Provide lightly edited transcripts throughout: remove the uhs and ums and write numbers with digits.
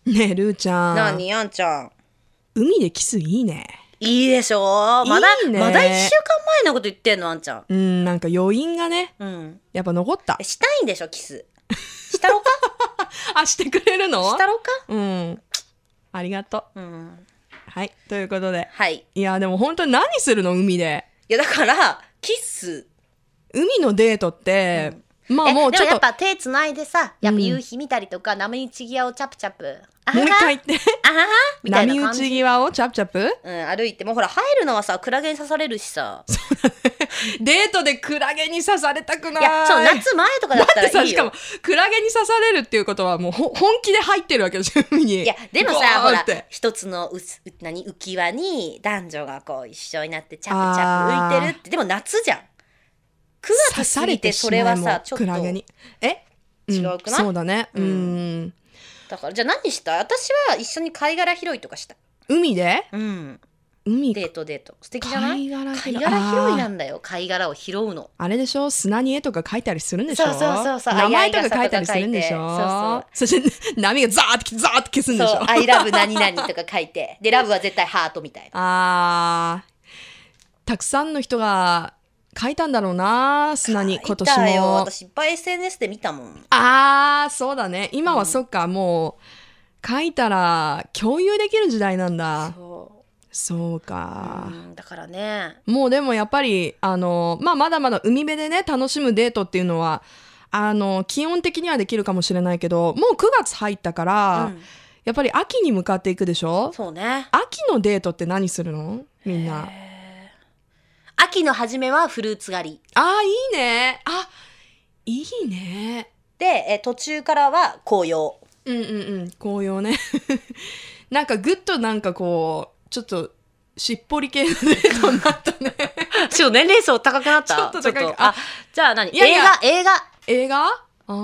ねえルーちゃん、 何あんちゃん。 海でキスいいね。 いいでしょ。まだいいね。 まだ1週間前のこと言ってんのあんちゃん。 なんか余韻がね、やっぱ残った。 したいんでしょキス。したろかあ、してくれるの？ したろか。 ありがとう。はい、ということで、 はい。 いやでも本当に何するの海で。 いやだからキス。 海のデートって、まあもうちょっとでもやっぱ手つないでさ、やっぱ夕日見たりとか、波打ち際をチャプチャプ、 もう一回言ってあははみたいな波打感じ。 ち際をチャプチャプ、 歩いてもほら入るのはさクラゲに刺されるしさ。 デートでクラゲに刺されたくない。 いやそう夏前とかだったらいいよ。 だってさ、しかもクラゲに刺されるっていうことはもう本気で入ってるわけですよ海に。 いやでもさほらゴーって一つの浮き輪に男女がこう一緒になってチャプチャプ浮いてるって。でも夏じゃん。9月過ぎてそれはさちょっとクラゲに違うくない？ そうだね。 だからじゃあ何した？私は一緒に貝殻拾いとかした。 海で？海デート素敵じゃない？貝殻拾いなんだよ。貝殻を拾うの。 あれでしょ、砂に絵とか描いたりするんでしょ。 そう名前とか書いたりするんでしょ。そして波がザーって消すんでしょ。 そう I love 何々とか書いて、でラブは絶対ハートみたいな。 たくさんの人が書いたんだろうな、砂に。今年も私いっぱい SNS で見たもん。 そうだね。今はそっか、もう書いたら共有できる時代なんだ。そうか。 だからね。 もうでもやっぱりまだまだ海辺でね楽しむデートっていうのは基本的にはできるかもしれないけど、もう9月入ったから、やっぱり秋に向かっていくでしょ。 そうね。 秋のデートって何するのみんな。 秋の初めはフルーツ狩り。 いいね。いいね。 で途中からは紅葉。 紅葉ね。なんかぐっとなんかこうちょっとしっぽり系のデートになったね。 ちょっと年齢層高くなった。 ちょっと高い。 じゃあ何？映画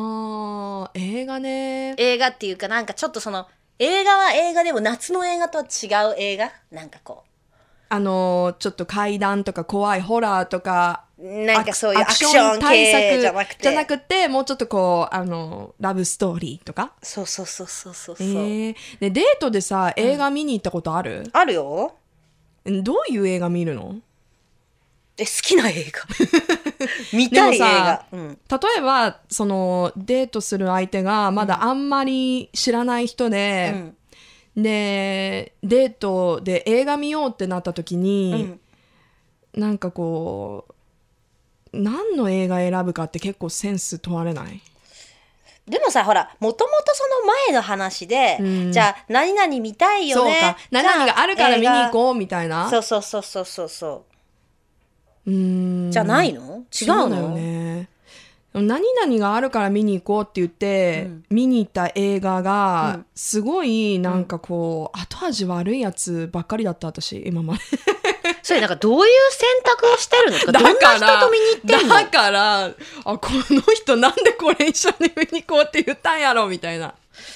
ね。映画っていうかなんかちょっとその映画は映画でも夏の映画とは違う映画なんかこうちょっと怪談とか怖いホラーとかなんかそういうアクション系じゃなくてもうちょっとこうラブストーリーとか。 そうでデートでさ映画見に行ったことある？ あるよ。 どういう映画見るの？ 好きな映画見たい映画。 例えばそのデートする相手がまだあんまり知らない人で、でデートで映画見ようってなった時に、なんかこう何の映画選ぶかって結構センス問われない？ でもさほらもともとその前の話で、じゃあ何々見たいよね、 そうか何々があるから見に行こうみたいな。 そうじゃないの？違うの？ そうだよね。何々があるから見に行こうって言って、見に行った映画がすごいなんかこう、後味悪いやつばっかりだった私今まで。 それなんかどういう選択をしてるのか。どんな人と見に行ってんの？ だからこの人なんでこれ一緒に見に行こうって言ったんやろみたいな。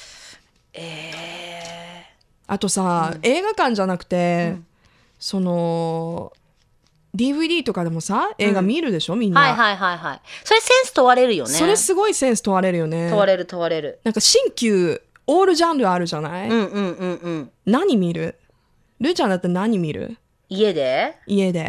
あとさ、映画館じゃなくて、そのDVD とかでもさ映画見るでしょ、みんな。 それセンス問われるよね。 それすごいセンス問われるよね。 問われる。 なんか新旧オールジャンルあるじゃない？何見る？ルーちゃんだって何見る？家で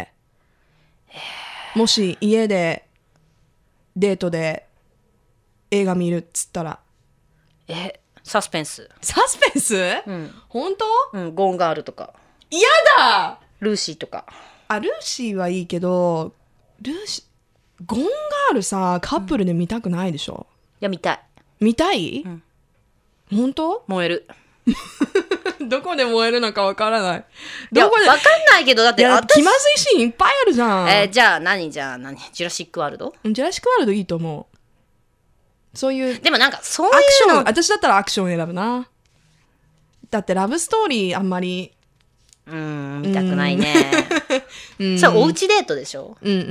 もし家でデートで映画見るっつったらサスペンス？ 本当？ ゴーンガールとか。 やだ！ ルーシーとか。 ルーシーはいいけどゴンガールさカップルで見たくないでしょ？ いや見たい。 見たい？本当？ 燃える。 どこで燃えるのかわからない。 どこで？わかんないけどだって気まずいシーンいっぱいあるじゃん。 じゃあ何ジュラシックワールド？ ジュラシックワールドいいと思う。そういうでもなんかそういうアクション、私だったらアクション選ぶな。だってラブストーリーあんまり見たくないね。それおうちデートでしょ？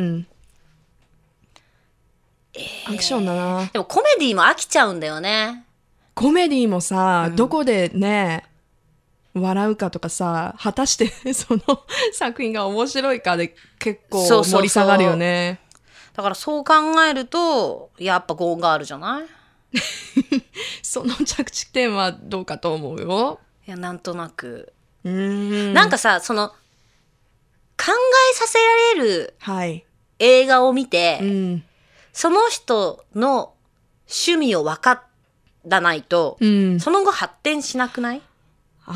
アクションだな。 でもコメディも飽きちゃうんだよね。 コメディもさ、どこでね笑うかとかさ、果たしてその作品が面白いかで結構盛り下がるよね。 だからそう考えるとやっぱゴーンガールじゃない？ その着地点はどうかと思うよ。 いや、なんとなく。なんかさ、その、考えさせられる映画を見て、その人の趣味を分からないと、その後発展しなくない？ ゴ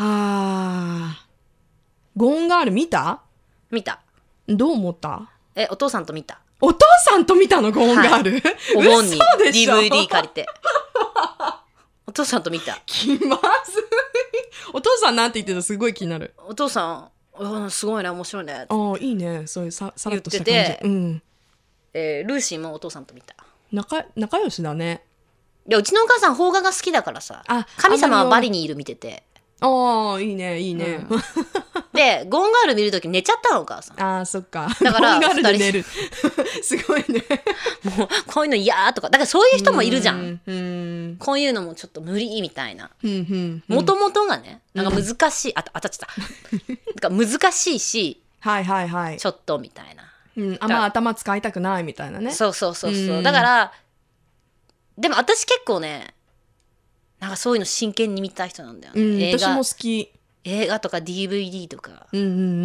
ーンガール見た？ 見た。 どう思った？ お父さんと見た。 お父さんと見たの？ゴーンガール、はい、 お盆に DVD 借りてお父さんと見た。 気まずい。お父さんなんて言ってた？すごい気になる。 お父さん、すごいね、面白いね。 いいね、そういうさらっとした感じ。 ルーシーもお父さんと見た。 仲良しだね。 いや、うちのお母さん邦画が好きだからさ、神様はバリにいる見てて。 いいねいいね、 でゴーンガール見るとき寝ちゃったのお母さん。 そっか。 だからゴーンガールで寝るすごいね。 もうこういうの嫌とか、だからそういう人もいるじゃん。こういうのもちょっと無理みたいな。もともとがね、なんか難しい、当たっちゃった。難しいし、ちょっとみたいな。 あんま頭使いたくないみたいなね。 そう。だからでも私結構ね、なんかそういうの真剣に見た人なんだよね。 私も好き。 映画とか DVD とか。 ち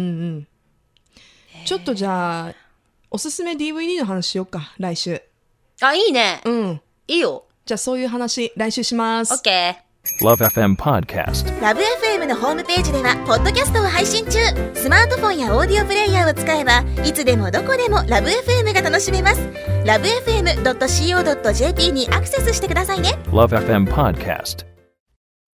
ょっとじゃあおすすめ DVD の話しようか、来週。 いいね。いいよ。 じゃあそういう話来週します。 OK。 LoveFM Podcast。 LoveFM のホームページではポッドキャストを配信中。スマートフォンやオーディオプレイヤーを使えばいつでもどこでも LoveFM が楽しめます。 LoveFM.co.jp にアクセスしてくださいね。 LoveFM Podcast。